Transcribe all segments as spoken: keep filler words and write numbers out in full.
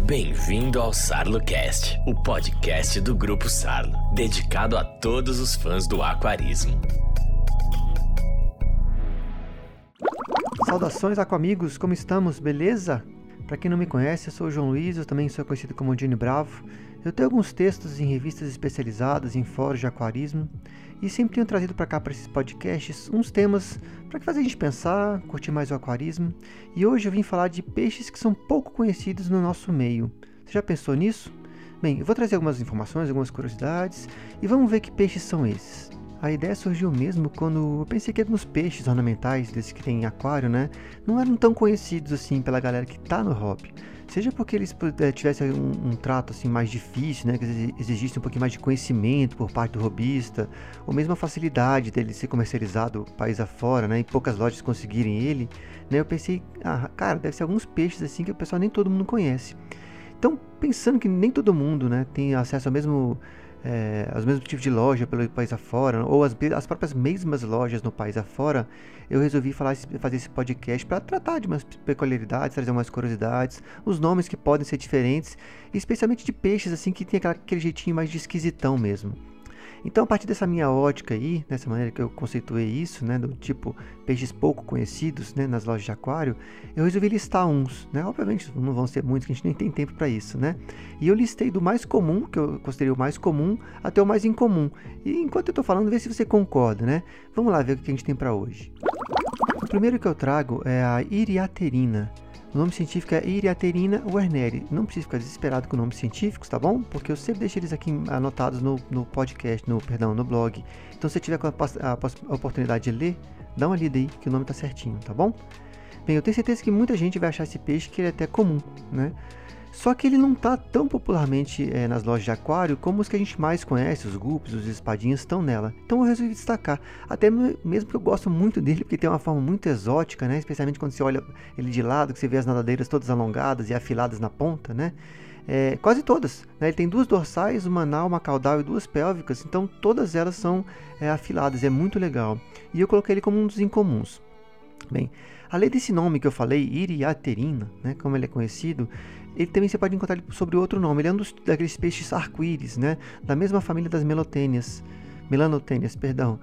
Bem-vindo ao SarloCast, o podcast do Grupo Sarlo, dedicado a todos os fãs do aquarismo. Saudações, aquamigos, como estamos? Beleza? Para quem não me conhece, eu sou o João Luiz, eu também sou conhecido como Johnny Bravo. Eu tenho alguns textos em revistas especializadas, em fóruns de aquarismo, e sempre tenho trazido para cá, para esses podcasts, uns temas para fazer a gente pensar, curtir mais o aquarismo. E hoje eu vim falar de peixes que são pouco conhecidos no nosso meio. Você já pensou nisso? Bem, eu vou trazer algumas informações, algumas curiosidades, e vamos ver que peixes são esses. A ideia surgiu mesmo quando eu pensei que alguns peixes ornamentais, desses que tem em aquário, né, não eram tão conhecidos assim pela galera que está no hobby. Seja porque eles é, tivessem um, um trato assim, mais difícil, né, que exigisse um pouquinho mais de conhecimento por parte do hobbyista, ou mesmo a facilidade dele ser comercializado país afora, né, e poucas lojas conseguirem ele, né, eu pensei, ah, cara, deve ser alguns peixes assim que o pessoal nem todo mundo conhece. Então, pensando que nem todo mundo, né, tem acesso ao mesmo... É, aos mesmos tipos de loja pelo país afora, ou as, as próprias mesmas lojas no país afora, eu resolvi falar, fazer esse podcast para tratar de umas peculiaridades, trazer umas curiosidades, os nomes que podem ser diferentes, especialmente de peixes assim que tem aquela, aquele jeitinho mais de esquisitão mesmo. Então, a partir dessa minha ótica aí, dessa maneira que eu conceituei isso, né, do tipo peixes pouco conhecidos, né, nas lojas de aquário, eu resolvi listar uns, né, obviamente não vão ser muitos, que a gente nem tem tempo para isso, né, e eu listei do mais comum, que eu considerei o mais comum, até o mais incomum, e enquanto eu estou falando, vê se você concorda, né, vamos lá ver o que a gente tem para hoje. O primeiro que eu trago é a Iriaterina. O nome científico é Iriaterina werneri. Não precisa ficar desesperado com nomes científicos, tá bom? Porque eu sempre deixo eles aqui anotados no, no podcast, no, perdão, no blog. Então, se você tiver a, a, a oportunidade de ler, dá uma lida aí que o nome tá certinho, tá bom? Bem, eu tenho certeza que muita gente vai achar esse peixe que ele é até comum, né? Só que ele não está tão popularmente é, nas lojas de aquário como os que a gente mais conhece, os guppies, os espadinhas estão nela. Então eu resolvi destacar, até mesmo que eu gosto muito dele, porque tem uma forma muito exótica, né? Especialmente quando você olha ele de lado, que você vê as nadadeiras todas alongadas e afiladas na ponta, né? É, quase todas, né? Ele tem duas dorsais, uma anal, uma caudal e duas pélvicas, então todas elas são é, afiladas, é muito legal. E eu coloquei ele como um dos incomuns. Bem, além desse nome que eu falei, Iriaterina, né, como ele é conhecido, ele também você pode encontrar ele sobre outro nome. Ele é um dos, daqueles peixes arco-íris, né, da mesma família das melotênias, melanotênias, perdão.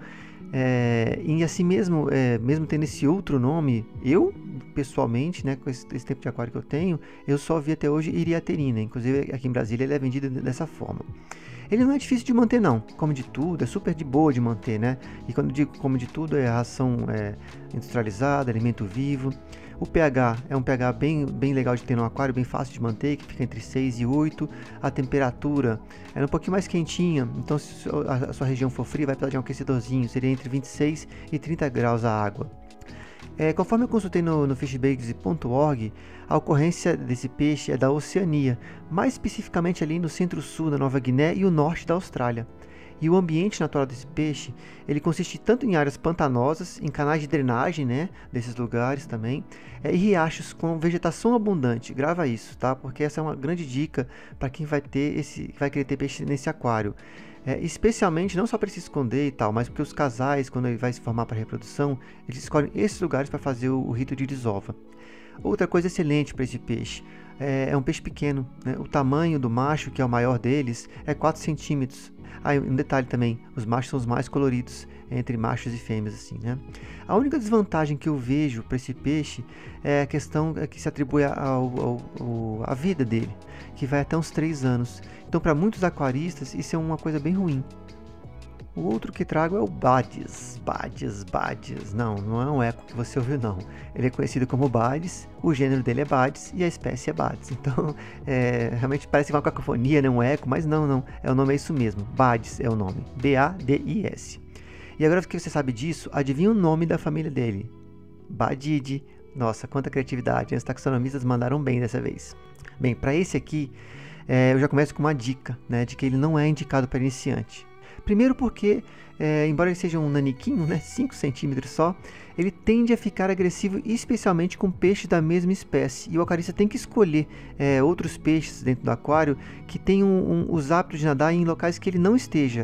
É, e assim mesmo, é, mesmo tendo esse outro nome, eu, pessoalmente, né, com esse, esse tempo de aquário que eu tenho, eu só vi até hoje Iriaterina. Inclusive aqui em Brasília ele é vendido dessa forma. Ele não é difícil de manter não, como de tudo, é super de boa de manter, né? E quando eu digo como de tudo, é ração é, industrializada, alimento vivo. O pH é um pH bem, bem legal de ter no aquário, bem fácil de manter, que fica entre seis e oito. A temperatura é um pouquinho mais quentinha, então se a sua região for fria, vai precisar de um aquecedorzinho, seria entre vinte e seis e trinta graus a água. É, conforme eu consultei no, no fishbase ponto org, a ocorrência desse peixe é da Oceania, mais especificamente ali no centro-sul da Nova Guiné e o norte da Austrália. E o ambiente natural desse peixe, ele consiste tanto em áreas pantanosas, em canais de drenagem, né, desses lugares também, é, e riachos com vegetação abundante. Grava isso, tá? Porque essa é uma grande dica para quem vai ter esse, vai querer ter peixe nesse aquário. É, especialmente, não só para se esconder e tal, mas porque os casais, quando ele vai se formar para reprodução, eles escolhem esses lugares para fazer o, o rito de desova. Outra coisa excelente para esse peixe, é, é um peixe pequeno, né? O tamanho do macho, que é o maior deles, é quatro centímetros. Ah, um detalhe também, os machos são os mais coloridos entre machos e fêmeas, assim, né? A única desvantagem que eu vejo para esse peixe é a questão que se atribui ao, ao, ao, à vida dele, que vai até uns três anos. Então, para muitos aquaristas, isso é uma coisa bem ruim. O outro que trago é o Bades, Bades, Bades. Não, não é um eco que você ouviu, não. Ele é conhecido como Bades, o gênero dele é Bades e a espécie é Bades. Então, é, realmente parece uma cacofonia, né? Um eco, mas não, não. É, o nome é isso mesmo, Bades é o nome, B A D I S. E agora que você sabe disso, adivinha o nome da família dele? Badide. Nossa, quanta criatividade, os taxonomistas mandaram bem dessa vez. Bem, para esse aqui, é, eu já começo com uma dica, né, de que ele não é indicado para iniciante. Primeiro porque, é, embora ele seja um naniquinho, né, cinco centímetros só, ele tende a ficar agressivo, especialmente com peixes da mesma espécie. E o aquarista tem que escolher é, outros peixes dentro do aquário que tenham um, os hábitos de nadar em locais que ele não esteja.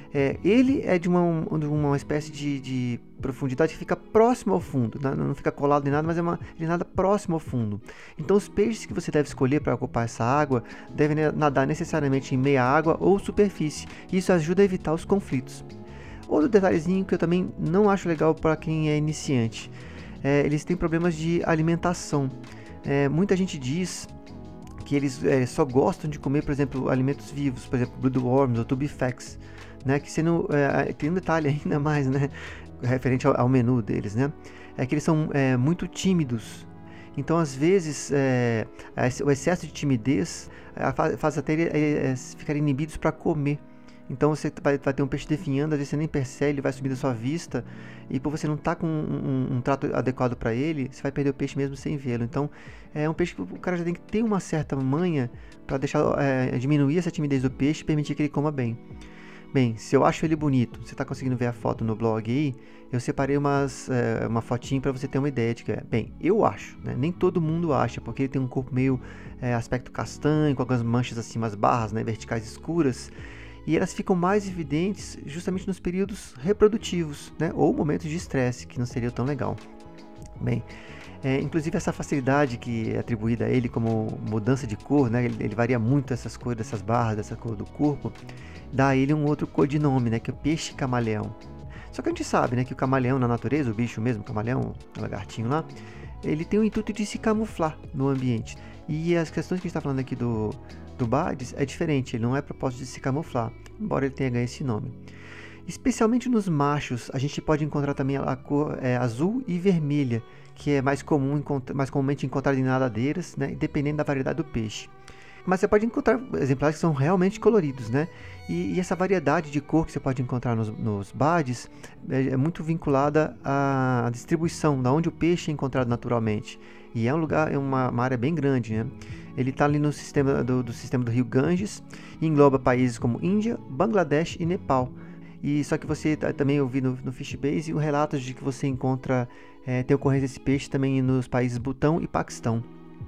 É, ele é de uma, de uma espécie de, de profundidade que fica próximo ao fundo, né? Não fica colado nem nada, mas é uma, ele nada próximo ao fundo. Então os peixes que você deve escolher para ocupar essa água devem nadar necessariamente em meia água ou superfície. Isso ajuda a evitar os conflitos. Outro detalhezinho que eu também não acho legal para quem é iniciante, é, eles têm problemas de alimentação. É, muita gente diz que eles é, só gostam de comer, por exemplo, alimentos vivos, por exemplo, bloodworms ou tubifex, né? Que sendo, é, tem um detalhe ainda mais, né? Referente ao, ao menu deles, né? É que eles são é, muito tímidos. Então, às vezes, é, o excesso de timidez é, faz até eles é, ficarem inibidos para comer. Então você vai, vai ter um peixe definhando, às vezes você nem percebe, ele vai subir da sua vista, e por você não estar tá com um, um, um trato adequado para ele, você vai perder o peixe mesmo sem vê-lo. Então é um peixe que o cara já tem que ter uma certa manha para deixar é, diminuir essa timidez do peixe e permitir que ele coma bem. Bem, se eu acho ele bonito, você está conseguindo ver a foto no blog aí, eu separei umas, é, uma fotinho para você ter uma ideia de que é. Bem, eu acho, né? Nem todo mundo acha, porque ele tem um corpo meio é, aspecto castanho, com algumas manchas assim, umas barras, né, verticais escuras. E elas ficam mais evidentes justamente nos períodos reprodutivos, né? Ou momentos de estresse, que não seria tão legal. Bem, é, inclusive essa facilidade que é atribuída a ele como mudança de cor, né? Ele, ele varia muito essas cores, dessas barras, dessa cor do corpo, dá a ele um outro codinome, né? Que é o peixe camaleão. Só que a gente sabe, né? Que o camaleão na natureza, o bicho mesmo, o camaleão, o lagartinho lá, ele tem o intuito de se camuflar no ambiente. E as questões que a gente está falando aqui do... do Bades é diferente, ele não é propósito de se camuflar, embora ele tenha ganho esse nome. Especialmente nos machos, a gente pode encontrar também a cor é, azul e vermelha, que é mais, comum, mais comumente encontrada em nadadeiras, né, dependendo da variedade do peixe. Mas você pode encontrar exemplares que são realmente coloridos, né? E, e essa variedade de cor que você pode encontrar nos, nos Bades é, é muito vinculada à distribuição, da onde o peixe é encontrado naturalmente. E é um lugar, é uma, uma área bem grande, né? Ele está ali no sistema do, do sistema do rio Ganges e engloba países como Índia, Bangladesh e Nepal. E só que você também ouviu no, no Fishbase o relato de que você encontra é, tem ocorrência desse peixe também nos países Butão e Paquistão.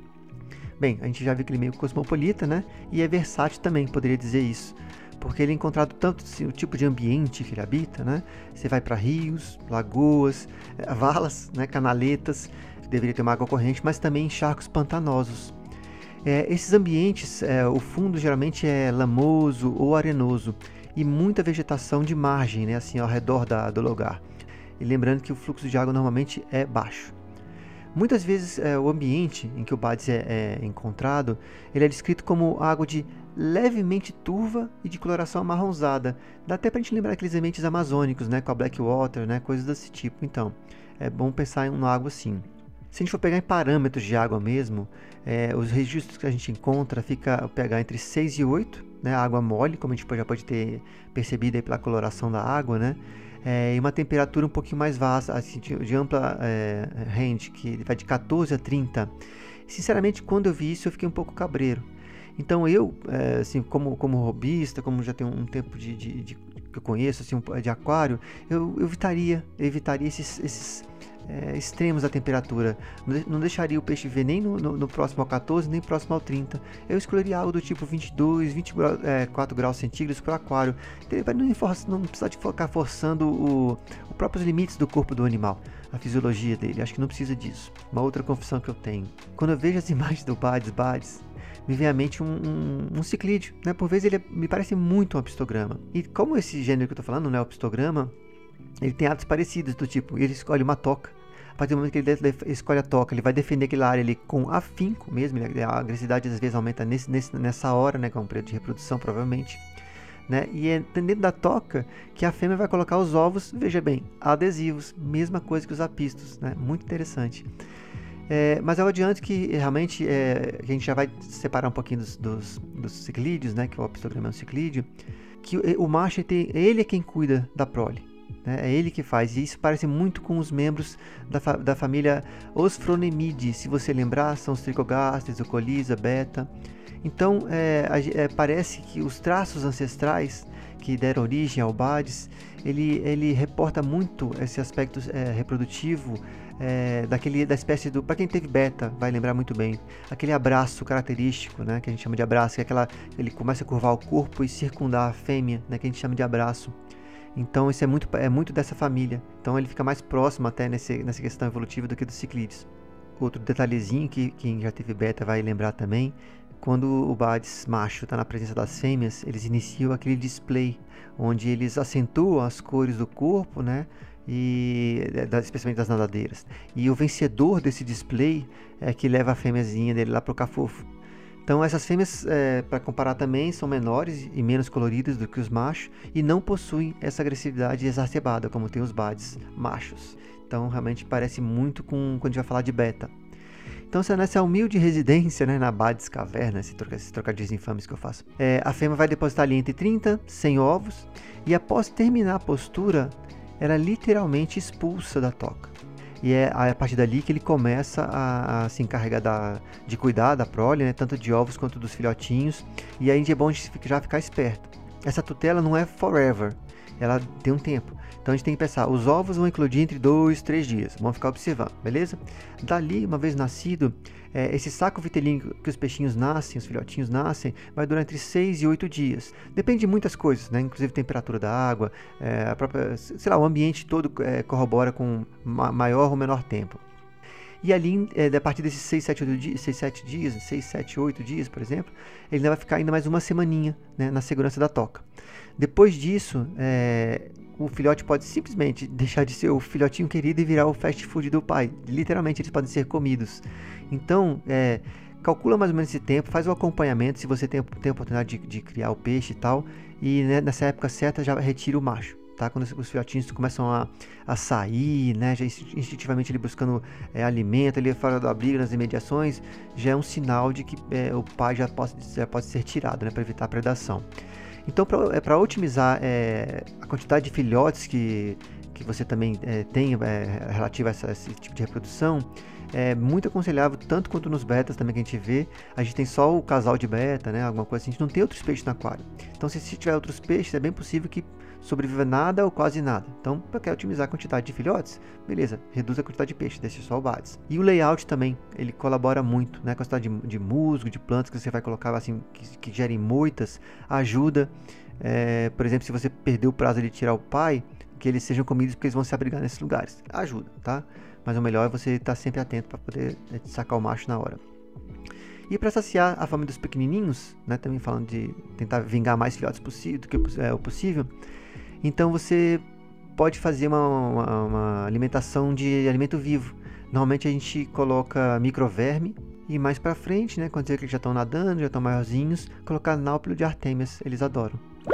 Bem, a gente já viu que ele é meio cosmopolita, né? E é versátil também, poderia dizer isso. Porque ele é encontrado tanto assim, o tipo de ambiente que ele habita, né? Você vai para rios, lagoas, valas, né? Canaletas, deveria ter uma água corrente, mas também em charcos pantanosos. É, esses ambientes, é, o fundo geralmente é lamoso ou arenoso e muita vegetação de margem, né? Assim, ao redor da, do lugar. E lembrando que o fluxo de água normalmente é baixo. Muitas vezes é, o ambiente em que o Bades é, é encontrado, ele é descrito como água de levemente turva e de coloração amarronzada. Dá até para a gente lembrar aqueles ambientes amazônicos, né, com a black water, né, coisas desse tipo. Então, é bom pensar em uma água assim. Se a gente for pegar em parâmetros de água mesmo, é, os registros que a gente encontra fica o pH entre seis e oito, né, água mole, como a gente já pode ter percebido aí pela coloração da água, né? É, e uma temperatura um pouquinho mais vasta, assim, de, de ampla é, range, que vai de catorze a trinta. Sinceramente, quando eu vi isso, eu fiquei um pouco cabreiro. Então eu, é, assim, como, como hobbyista, como já tem um tempo de, de, de, que eu conheço, assim, de aquário, eu, eu evitaria, eu evitaria esses, esses é, extremos da temperatura. Não deixaria o peixe viver nem no, no, no próximo ao catorze, nem próximo ao trinta. Eu escolheria algo do tipo vinte e dois, vinte e quatro graus centígrados para o aquário. Para não, não precisar de ficar forçando o, os próprios limites do corpo do animal, a fisiologia dele. Acho que não precisa disso. Uma outra confissão que eu tenho. Quando eu vejo as imagens do Bades Bades, me vem à mente um, um, um ciclídeo, né? Por vezes ele é, me parece muito um apistograma. E como esse gênero que eu estou falando não é apistograma, ele tem atos parecidos, do tipo, ele escolhe uma toca. A partir do momento que ele escolhe a toca, ele vai defender aquela área ali com afinco mesmo, a agressividade às vezes aumenta nesse, nesse, nessa hora, né, que é um período de reprodução provavelmente, né, e é dentro da toca que a fêmea vai colocar os ovos, veja bem, adesivos, mesma coisa que os apistos, né, muito interessante. É, mas eu adianto que realmente é, a gente já vai separar um pouquinho dos, dos, dos ciclídeos, né, que o apistograma é um ciclídeo, que o, o macho, tem, ele é quem cuida da prole. É ele que faz, e isso parece muito com os membros da, fa da família Osphronemidae. Se você lembrar, são os tricogastres, o colisa, beta. Então, é, é, parece que os traços ancestrais que deram origem ao Bades, ele, ele reporta muito esse aspecto é, reprodutivo é, daquele, da espécie do... Para quem teve beta, vai lembrar muito bem. Aquele abraço característico, né? Que a gente chama de abraço. Que é aquela... Ele começa a curvar o corpo e circundar a fêmea, né? Que a gente chama de abraço. Então, isso é muito, é muito dessa família. Então, ele fica mais próximo até nesse, nessa questão evolutiva do que dos ciclídeos. Outro detalhezinho que quem já teve beta vai lembrar também. Quando o Bades macho está na presença das fêmeas, eles iniciam aquele display, onde eles acentuam as cores do corpo, né? E, especialmente das nadadeiras. E o vencedor desse display é que leva a fêmeazinha dele lá para o cafofo. Então essas fêmeas, é, para comparar também, são menores e menos coloridas do que os machos e não possuem essa agressividade exacerbada como tem os Bades machos. Então realmente parece muito com quando a gente vai falar de beta. Então, nessa humilde residência, né, na Bades Caverna, esse troca, esses trocadilhos infames que eu faço, é, a fêmea vai depositar ali entre trinta e cem ovos e após terminar a postura, ela literalmente expulsa da toca. E é a partir dali que ele começa a, a se encarregar da, de cuidar da prole, né, tanto de ovos quanto dos filhotinhos. E aí é bom a gente já ficar esperto. Essa tutela não é forever, ela tem um tempo. Então a gente tem que pensar, os ovos vão eclodir entre dois, três dias, vamos ficar observando, beleza? Dali, uma vez nascido, é, esse saco vitelino que os peixinhos nascem, os filhotinhos nascem, vai durar entre seis e oito dias. Depende de muitas coisas, né? Inclusive temperatura da água, é, a própria, sei lá, o ambiente todo é, corrobora com ma- maior ou menor tempo. E ali, é, a partir desses seis, sete, dias, seis, sete, oito dias, por exemplo, ele ainda vai ficar ainda mais uma semaninha, né, na segurança da toca. Depois disso, é, o filhote pode simplesmente deixar de ser o filhotinho querido e virar o fast food do pai. Literalmente, eles podem ser comidos. Então, é, calcula mais ou menos esse tempo, faz o acompanhamento, se você tem, tem a oportunidade de, de criar o peixe e tal, e né, nessa época certa já retira o macho. Tá? Quando os filhotinhos começam a, a sair, né? Já instintivamente ele buscando é, alimento, ele fora do abrigo, nas imediações, já é um sinal de que é, o pai já pode, já pode ser tirado, né? Para evitar a predação. Então, para é, otimizar é, a quantidade de filhotes que, que você também é, tem é, relativa a, essa, a esse tipo de reprodução, é muito aconselhável, tanto quanto nos betas também que a gente vê. A gente tem só o casal de beta, né? Alguma coisa assim, a gente não tem outros peixes no aquário. Então, se, se tiver outros peixes, é bem possível que sobreviva nada ou quase nada. Então, para quer otimizar a quantidade de filhotes, beleza, reduz a quantidade de peixe, deixa só o Bades. E o layout também, ele colabora muito, né? A quantidade de, de musgo, de plantas que você vai colocar assim, que, que gerem moitas, ajuda. É, por exemplo, se você perdeu o prazo de tirar o pai, que eles sejam comidos porque eles vão se abrigar nesses lugares. Ajuda, tá? Mas o melhor é você estar sempre atento para poder sacar o macho na hora. E para saciar a fome dos pequenininhos, né, também falando de tentar vingar mais filhotes possível, do que é, o possível, então você pode fazer uma, uma, uma alimentação de alimento vivo. Normalmente a gente coloca microverme e mais para frente, né, quando você vê que eles já estão nadando, já estão maiorzinhos, colocar náupilo de artêmias, eles adoram.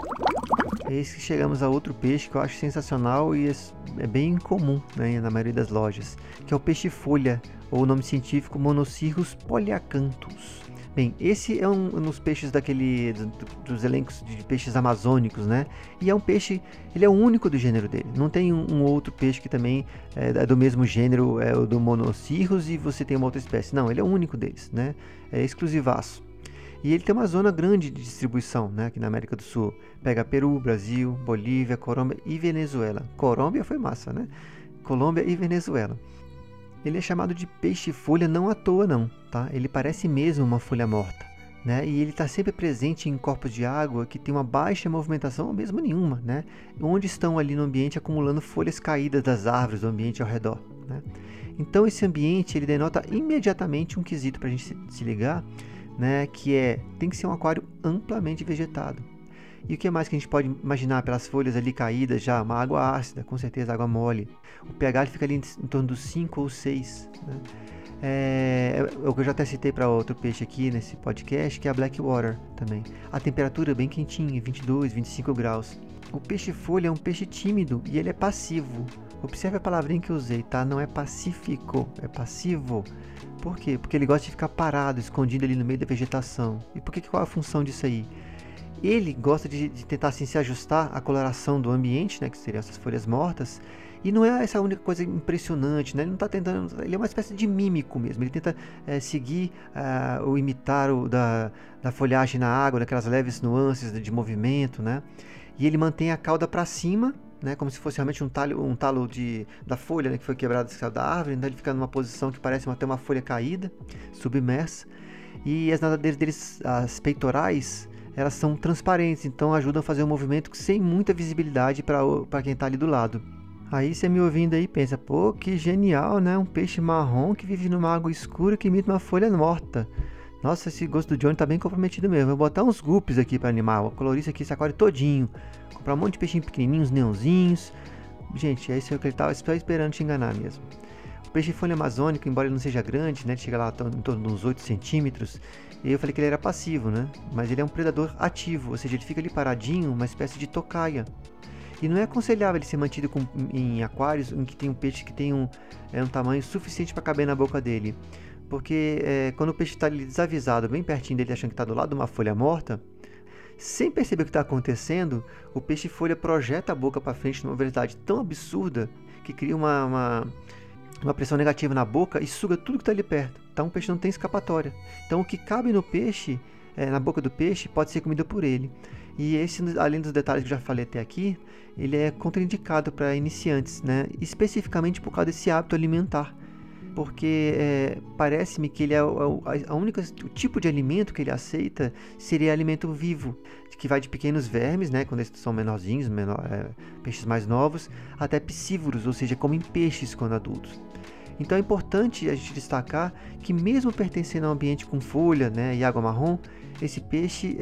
Eis que chegamos a outro peixe que eu acho sensacional e é bem incomum, né, na maioria das lojas, que é o peixe-folha, ou o nome científico Monocirrus polyacanthus. Bem, esse é um, um dos peixes daquele, do, dos elencos de peixes amazônicos, né? E é um peixe, ele é o único do gênero dele. Não tem um, um outro peixe que também é, é do mesmo gênero, é o do Monocirrus, e você tem uma outra espécie. Não, ele é o único deles, né? É exclusivaço. E ele tem uma zona grande de distribuição, né, aqui na América do Sul. Pega Peru, Brasil, Bolívia, Colômbia e Venezuela. Colômbia foi massa, né? Colômbia e Venezuela. Ele é chamado de peixe-folha não à toa não, tá? Ele parece mesmo uma folha morta, né? E ele está sempre presente em corpos de água que tem uma baixa movimentação ou mesmo nenhuma, né? Onde estão ali no ambiente acumulando folhas caídas das árvores do ambiente ao redor, né? Então esse ambiente ele denota imediatamente um quesito para a gente se, se ligar, né, que é, tem que ser um aquário amplamente vegetado. E o que mais que a gente pode imaginar pelas folhas ali caídas já? Uma água ácida, com certeza água mole. O pH ele fica ali em, em torno dos cinco ou seis. Né? É, é o que eu já até citei para outro peixe aqui nesse podcast, que é a Blackwater também. A temperatura é bem quentinha, vinte e dois, vinte e cinco graus. O peixe-folha é um peixe tímido e ele é passivo. Observe a palavrinha que eu usei, tá? Não é pacífico, é passivo. Por quê? Porque ele gosta de ficar parado, escondido ali no meio da vegetação. E por que, qual é a função disso aí? Ele gosta de, de tentar assim, se ajustar à coloração do ambiente, né, que seriam essas folhas mortas. E não é essa a única coisa impressionante, né? Ele não está tentando, ele é uma espécie de mímico mesmo. Ele tenta é, seguir uh, ou imitar o da, da folhagem na água, daquelas leves nuances de, de movimento, né? E ele mantém a cauda para cima, né, como se fosse realmente um talo, um talo de, da folha, né, que foi quebrado da árvore, então ele fica numa posição que parece até uma folha caída, submersa, e as nadadeiras deles, as peitorais, elas são transparentes, então ajudam a fazer um movimento sem muita visibilidade para quem está ali do lado. Aí você me ouvindo aí pensa, pô, que genial, né? Um peixe marrom que vive numa água escura que imita uma folha morta. Nossa, esse gosto do Johnny tá bem comprometido mesmo. Vou botar uns guppies aqui para animar, vou colorir isso aqui, esse aquário todinho. Comprar um monte de peixinhos pequenininhos, neonzinhos. Gente, é isso que ele tava esperando te enganar mesmo. O peixe folha amazônico, embora ele não seja grande, né? Ele chega lá em torno de uns oito centímetros. E eu falei que ele era passivo, né? Mas ele é um predador ativo, ou seja, ele fica ali paradinho, uma espécie de tocaia. E não é aconselhável ele ser mantido com, em aquários em que tem um peixe que tem um, é, um tamanho suficiente para caber na boca dele. Porque é, quando o peixe está desavisado, bem pertinho dele, achando que está do lado de uma folha morta, sem perceber o que está acontecendo, o peixe-folha projeta a boca para frente numa velocidade tão absurda que cria uma, uma, uma pressão negativa na boca e suga tudo que está ali perto. Então o peixe não tem escapatória. Então o que cabe no peixe, é, na boca do peixe, pode ser comido por ele. E esse, além dos detalhes que eu já falei até aqui, ele é contraindicado para iniciantes, né? Especificamente por causa desse hábito alimentar. Porque é, parece-me que ele é o, a, a única, o tipo de alimento que ele aceita seria alimento vivo, que vai de pequenos vermes, né, quando eles são menorzinhos, menor, é, peixes mais novos, até piscívoros, ou seja, comem peixes quando adultos. Então é importante a gente destacar que mesmo pertencendo a um ambiente com folha, né, e água marrom, esse peixe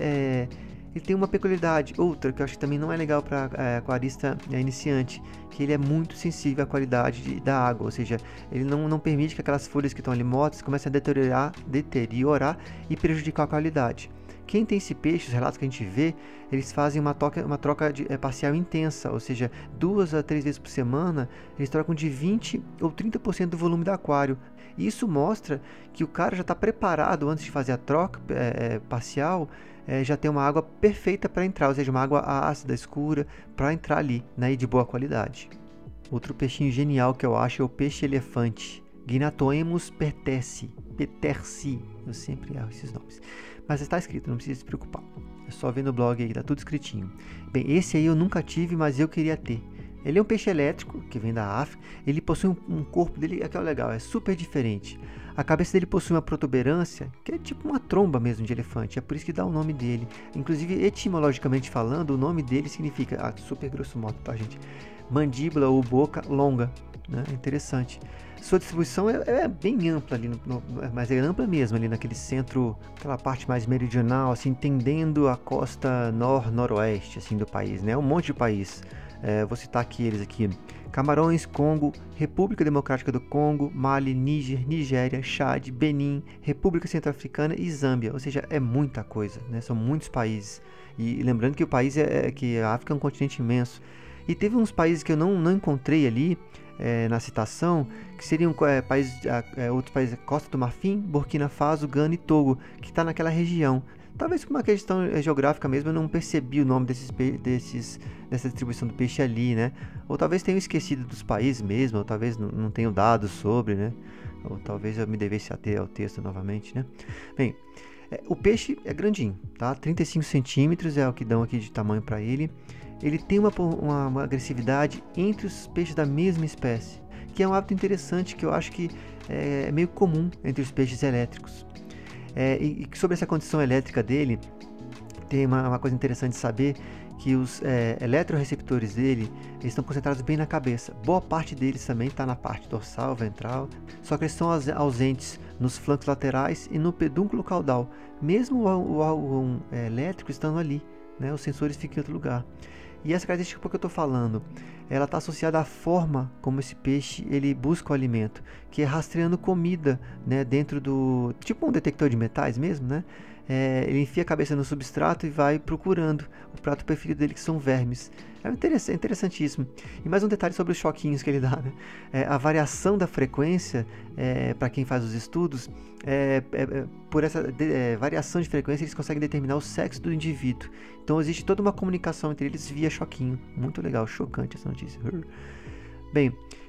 é, é, ele tem uma peculiaridade, outra que eu acho que também não é legal para é, aquarista é, iniciante, que ele é muito sensível à qualidade de, da água, ou seja, ele não, não permite que aquelas folhas que estão ali mortas comecem a deteriorar, deteriorar e prejudicar a qualidade. Quem tem esse peixe, os relatos que a gente vê, eles fazem uma, toca, uma troca de, é, parcial intensa, ou seja, duas a três vezes por semana, eles trocam de vinte ou trinta por cento do volume do aquário. E isso mostra que o cara já está preparado antes de fazer a troca é, é, parcial, é, já tem uma água perfeita para entrar, ou seja, uma água ácida, escura, para entrar ali, né, e de boa qualidade. Outro peixinho genial que eu acho é o peixe-elefante, Gnatoemus petersi, petersi, eu sempre erro esses nomes, mas está escrito, não precisa se preocupar, é só ver no blog aí, tá tudo escritinho. Bem, esse aí eu nunca tive, mas eu queria ter. Ele é um peixe elétrico, que vem da África, ele possui um, um corpo dele, é que é legal, é super diferente. A cabeça dele possui uma protuberância, que é tipo uma tromba mesmo de elefante, é por isso que dá o nome dele. Inclusive, etimologicamente falando, o nome dele significa, ah, super grosso modo, tá gente? Mandíbula ou boca longa, né? É interessante. Sua distribuição é, é bem ampla ali, no, no, mas é ampla mesmo ali naquele centro, aquela parte mais meridional, assim, tendendo a costa nor-noroeste, assim, do país, né? Um monte de país. É, vou citar aqui eles aqui: Camarões, Congo, República Democrática do Congo, Mali, Níger, Nigéria, Chad, Benin, República Centro-Africana e Zâmbia. Ou seja, é muita coisa, né? São muitos países. E lembrando que o país é, é que a África é um continente imenso. E teve uns países que eu não, não encontrei ali é, na citação, que seriam é, países, é, outros países, Costa do Marfim, Burkina Faso, Gana e Togo, que está naquela região. Talvez por uma questão geográfica mesmo, eu não percebi o nome desses, desses, dessa distribuição do peixe ali, né? Ou talvez tenha esquecido dos países mesmo, ou talvez não, não tenho dados sobre, né? Ou talvez eu me devesse ater ao texto novamente, né? Bem, é, o peixe é grandinho, tá? trinta e cinco centímetros é o que dão aqui de tamanho para ele. Ele tem uma, uma, uma agressividade entre os peixes da mesma espécie, que é um hábito interessante que eu acho que é meio comum entre os peixes elétricos. É, e, e sobre essa condição elétrica dele, tem uma, uma coisa interessante de saber, que os é, eletroreceptores dele eles estão concentrados bem na cabeça. Boa parte deles também está na parte dorsal, ventral, só que eles estão ausentes nos flancos laterais e no pedúnculo caudal. Mesmo o, o órgão é, elétrico estando ali, né, os sensores ficam em outro lugar. E essa característica por que eu estou falando, ela está associada à forma como esse peixe ele busca o alimento, que é rastreando comida, né, dentro do, tipo um detector de metais mesmo, né? É, ele enfia a cabeça no substrato e vai procurando o prato preferido dele, que são vermes. É interessante, interessantíssimo. E mais um detalhe sobre os choquinhos que ele dá, né? É, a variação da frequência, é, para quem faz os estudos, é, é, por essa de, é, variação de frequência eles conseguem determinar o sexo do indivíduo. Então existe toda uma comunicação entre eles via choquinho. Muito legal, chocante essa notícia. Bem,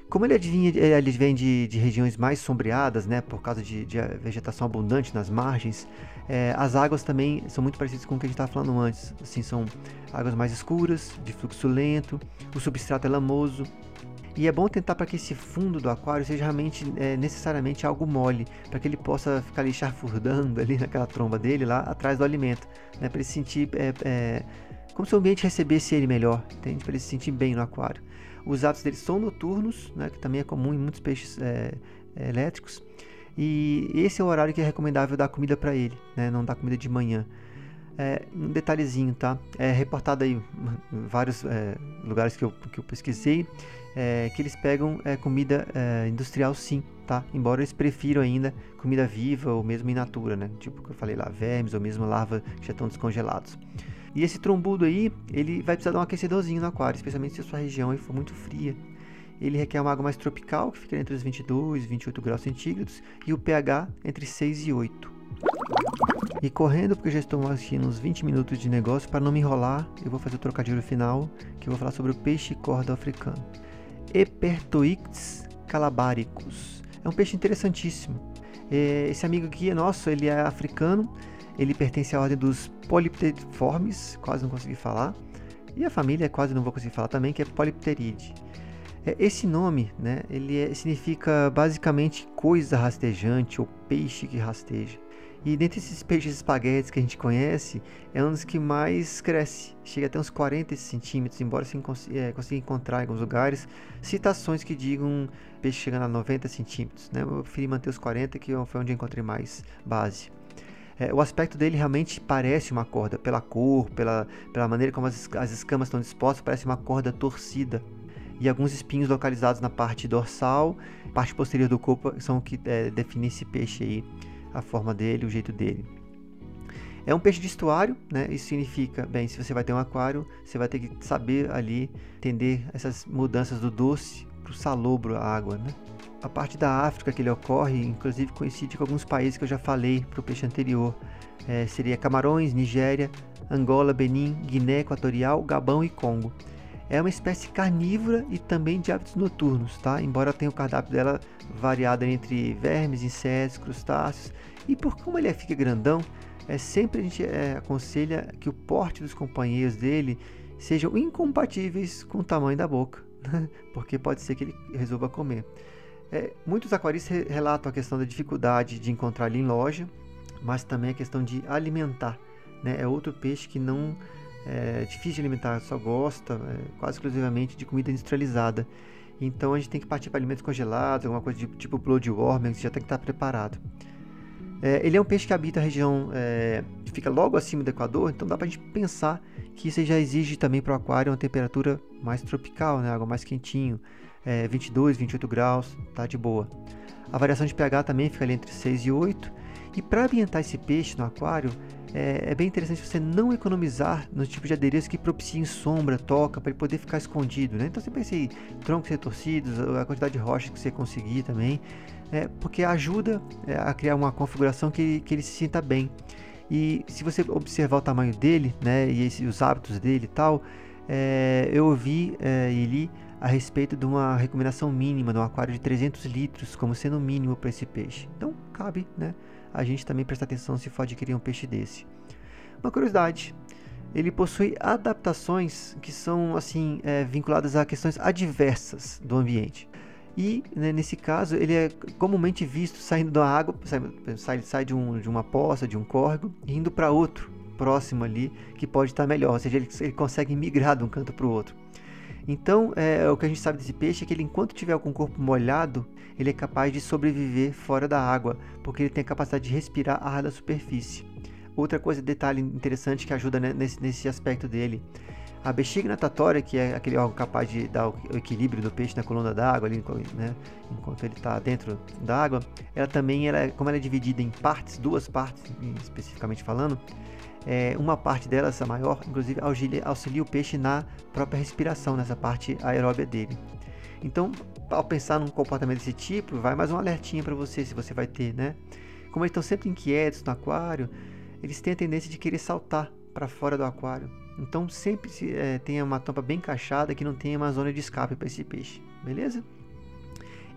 Como ele, advinha, ele vem de, de regiões mais sombreadas, né, por causa de, de vegetação abundante nas margens, é, as águas também são muito parecidas com o que a gente estava falando antes. Assim, são águas mais escuras, de fluxo lento, o substrato é lamoso. E é bom tentar para que esse fundo do aquário seja realmente é, necessariamente algo mole, para que ele possa ficar ali chafurdando ali naquela tromba dele lá atrás do alimento, né, para ele se sentir é, é, como se o ambiente recebesse ele melhor, entende? Para ele se sentir bem no aquário. Os hábitos deles são noturnos, né, que também é comum em muitos peixes é, é, elétricos, e esse é o horário que é recomendável dar comida para ele, né, não dar comida de manhã. É, um detalhezinho, tá? É reportado aí em vários é, lugares que eu, que eu pesquisei, é, que eles pegam é, comida é, industrial sim, tá? Embora eles prefiram ainda comida viva ou mesmo in natura, né? Tipo que eu falei lá, vermes ou mesmo larva que já estão descongelados. E esse trombudo aí, ele vai precisar dar um aquecedorzinho no aquário, especialmente se a sua região aí for muito fria. Ele requer uma água mais tropical, que fica entre os vinte e dois e vinte e oito graus centígrados, e o pH entre seis e oito. E correndo, porque já estou aqui nos vinte minutos de negócio, para não me enrolar, eu vou fazer o trocadilho final, que eu vou falar sobre o peixe cordo africano. Epertoichthys calabaricus. É um peixe interessantíssimo. Esse amigo aqui é nosso, ele é africano, ele pertence à ordem dos Polypteriformes, quase não consegui falar, e a família quase não vou conseguir falar também, que é Polypteridae. Esse nome, né, ele é, significa basicamente coisa rastejante ou peixe que rasteja. E dentre esses peixes espaguetes que a gente conhece, é um dos que mais cresce, chega até uns quarenta centímetros, embora se é, consiga encontrar em alguns lugares citações que digam peixe chegando a noventa centímetros, né? Eu preferi manter os quarenta, que foi onde eu encontrei mais base. É, o aspecto dele realmente parece uma corda, pela cor, pela, pela maneira como as, as escamas estão dispostas, parece uma corda torcida. E alguns espinhos localizados na parte dorsal, parte posterior do corpo, são o que é, define esse peixe aí, a forma dele, o jeito dele. É um peixe de estuário, né? Isso significa, bem, se você vai ter um aquário, você vai ter que saber ali, entender essas mudanças do doce para o salobro, a água, né? A parte da África que ele ocorre, inclusive coincide com alguns países que eu já falei para o peixe anterior. É, seria Camarões, Nigéria, Angola, Benin, Guiné Equatorial, Gabão e Congo. É uma espécie carnívora e também de hábitos noturnos, tá? Embora tenha o cardápio dela variado entre vermes, insetos, crustáceos. E por como ele fica grandão, é, sempre a gente é, aconselha que o porte dos companheiros dele sejam incompatíveis com o tamanho da boca, porque pode ser que ele resolva comer. É, muitos aquaristas relatam a questão da dificuldade de encontrar ele em loja, mas também a questão de alimentar, né? É outro peixe que não é difícil de alimentar, só gosta é, quase exclusivamente de comida industrializada. Então a gente tem que partir para alimentos congelados, alguma coisa de, tipo bloodworm, que já tem que estar preparado. É, ele é um peixe que habita a região, é, que fica logo acima do Equador, então dá para a gente pensar que isso já exige também para o aquário uma temperatura mais tropical, né? Água mais quentinho, é, vinte e dois, vinte e oito graus, tá de boa. A variação de pH também fica ali entre seis e oito. E para ambientar esse peixe no aquário, é, é bem interessante você não economizar nos tipos de adereços que propiciem sombra, toca, para ele poder ficar escondido, né? Então você pensa em troncos retorcidos, a quantidade de rochas que você conseguir também, é, porque ajuda é, a criar uma configuração que, que ele se sinta bem. E se você observar o tamanho dele, né, e esse, os hábitos dele e tal, é, eu ouvi é, e li a respeito de uma recomendação mínima de um aquário de trezentos litros como sendo o mínimo para esse peixe. Então cabe, né, a gente também prestar atenção se for adquirir um peixe desse. Uma curiosidade, ele possui adaptações que são assim é, vinculadas a questões adversas do ambiente. E né, nesse caso ele é comumente visto saindo da água, sai, sai, sai de, um, de uma poça, de um córrego, e indo para outro próximo ali que pode estar melhor, ou seja, ele, ele consegue migrar de um canto para o outro. Então, é, o que a gente sabe desse peixe é que ele, enquanto tiver com o corpo molhado, ele é capaz de sobreviver fora da água, porque ele tem a capacidade de respirar ar da superfície. Outra coisa, detalhe interessante que ajuda né, nesse, nesse aspecto dele, a bexiga natatória, que é aquele órgão capaz de dar o equilíbrio do peixe na coluna d'água, ali, né, enquanto ele está dentro da água, ela também, ela, como ela é dividida em partes, duas partes especificamente falando, É, uma parte dela, essa maior, inclusive auxilia, auxilia o peixe na própria respiração, nessa parte aeróbia dele. Então, ao pensar num comportamento desse tipo, vai mais um alertinho para você, se você vai ter, né? Como eles estão sempre inquietos no aquário, eles têm a tendência de querer saltar para fora do aquário. Então, sempre se, é, tenha uma tampa bem encaixada, que não tenha uma zona de escape para esse peixe, beleza?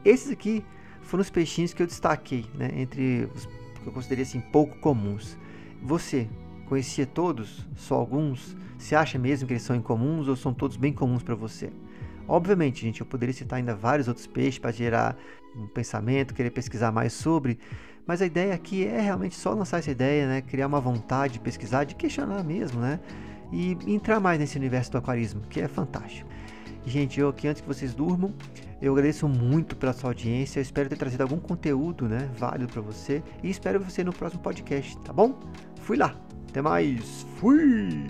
Esses aqui foram os peixinhos que eu destaquei, né, entre os que eu considerei assim, pouco comuns. Você conhecia todos? Só alguns? Você acha mesmo que eles são incomuns ou são todos bem comuns para você? Obviamente, gente, eu poderia citar ainda vários outros peixes para gerar um pensamento, querer pesquisar mais sobre, mas a ideia aqui é realmente só lançar essa ideia, né? Criar uma vontade de pesquisar, de questionar mesmo, né? E entrar mais nesse universo do aquarismo, que é fantástico. Gente, eu aqui, antes que vocês durmam, eu agradeço muito pela sua audiência, eu espero ter trazido algum conteúdo, né, válido para você, e espero você no próximo podcast, tá bom? Fui lá, até mais, fui!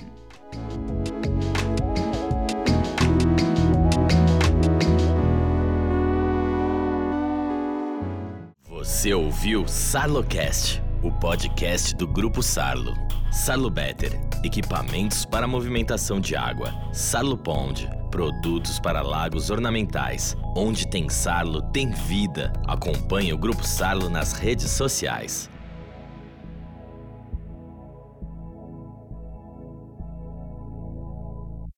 Você ouviu SarloCast, o podcast do Grupo Sarlo. Sarlo Better, equipamentos para movimentação de água. Sarlo Pond, produtos para lagos ornamentais. Onde tem Sarlo, tem vida. Acompanhe o Grupo Sarlo nas redes sociais.